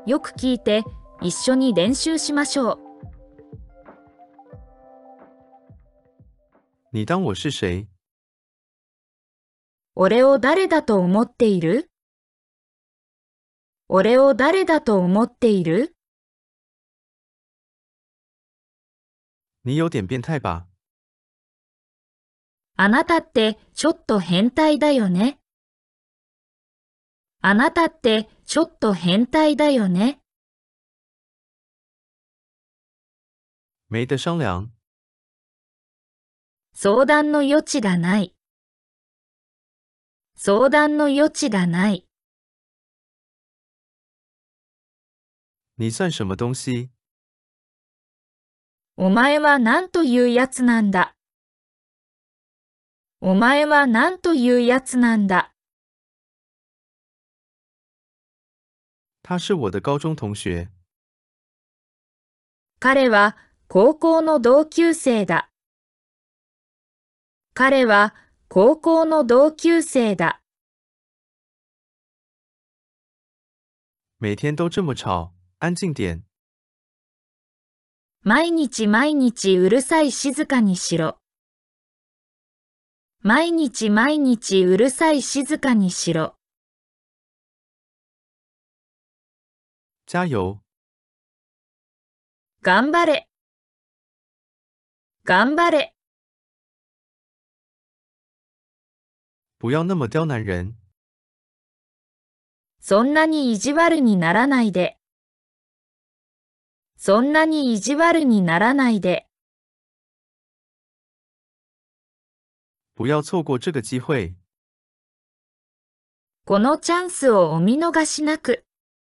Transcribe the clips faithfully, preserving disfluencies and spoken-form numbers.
よく聞いて、一緒に練習しましょう。 你当我是谁？ 俺を誰だと思っている？俺を誰だと思っている？ 你有点变态吧？ あなたってちょっと変態だよね。あなたってちょっと変態だよね。 没得商量。 相談の余地がない。相談の余地がない。 你算什么东西？ お前は何というやつなんだ。お前は何というやつなんだ。 他是我的高中同学。 彼は高校の同級生だ。彼は高校の同級生だ。 每天都这么吵，安静点。 毎日毎日うるさい静かにしろ。毎日毎日うるさい静かにしろ。 加油！ 頑張れ。頑張れ。 不要那么刁难人。 そんなに意地悪にならないで。そんなに意地悪にならないで。 不要错过这个机会。 このチャンスをお見逃しなく。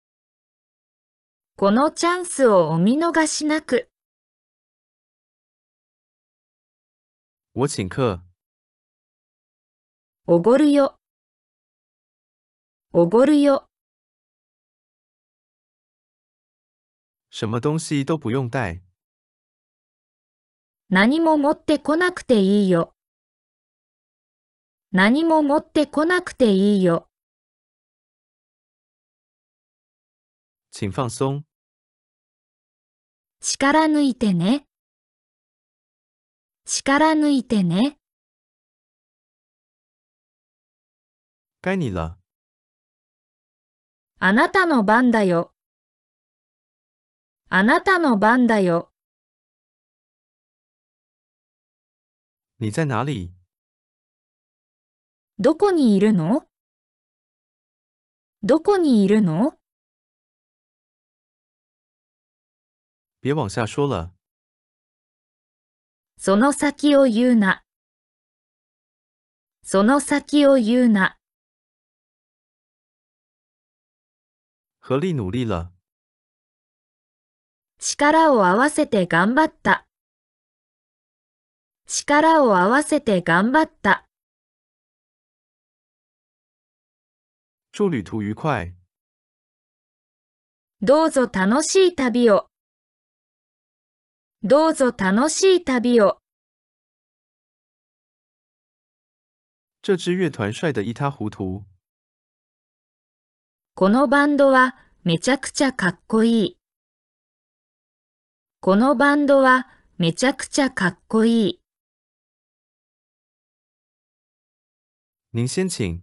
このチャンスをお見逃しなく。 我请客。 おごるよ。おごるよ。 什么东西都不用带。 何も持ってこなくていいよ。何も持ってこなくていいよ。 请放松。 力抜いてね。力抜いてね。 该你了。 あなたの番だよ。あなたの番だよ。 你在哪里？ どこにいるの？どこにいるの？ 别往下说了。 その先を言うな。その先を言うな。 合力努力了。 力を合わせて頑張った。力を合わせて頑張った。 祝旅途愉快。 どうぞ楽しい旅を。どうぞ楽しい旅を。 这支乐团帅得一塌糊涂。 このバンドはめちゃくちゃかっこいい。このバンドはめちゃくちゃかっこいい。 您先请。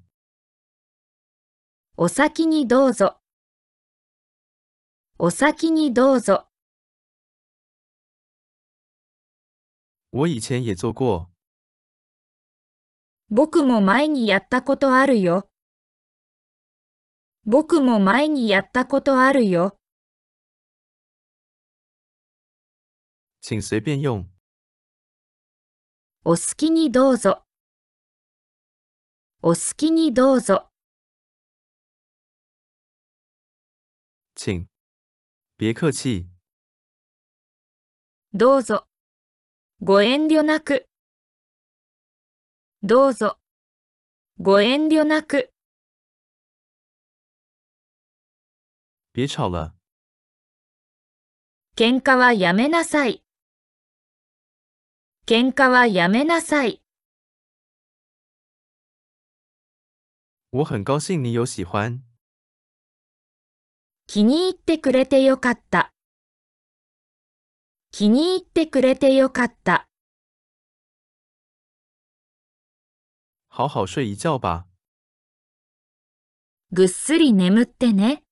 お先にどうぞ。お先にどうぞ。 我以前也做过。 僕も前にやったことあるよ。僕も前にやったことあるよ。 请随便用。 お好きにどうぞ。お好きにどうぞ。 请。别客气。 どうぞ。ご遠慮なく。どうぞ。ご遠慮なく。 别吵了。 喧嘩はやめなさい。喧嘩はやめなさい。 我很高兴你有喜欢。 気に入ってくれてよかった。気に入ってくれてよかった。 好好睡一觉吧。 ぐっすり眠ってね。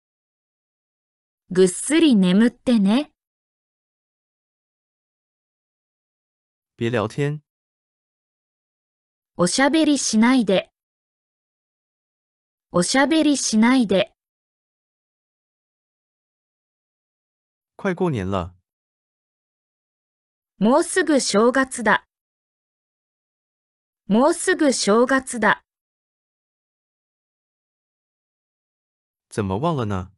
ぐっすり眠ってね。 别聊天。 おしゃべりしないで。おしゃべりしないで。 快过年了。 もうすぐ正月だ。もうすぐ正月だ。 怎么忘了呢？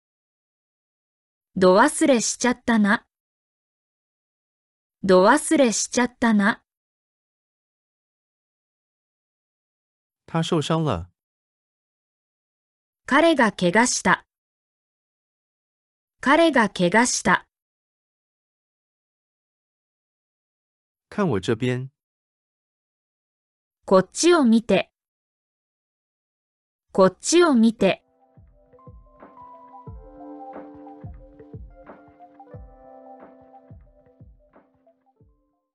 ど忘れしちゃったな。ど忘れしちゃったな。 他受伤了。 彼が怪我した。彼が怪我した。 看我这边。 こっちを見て。こっちを見て。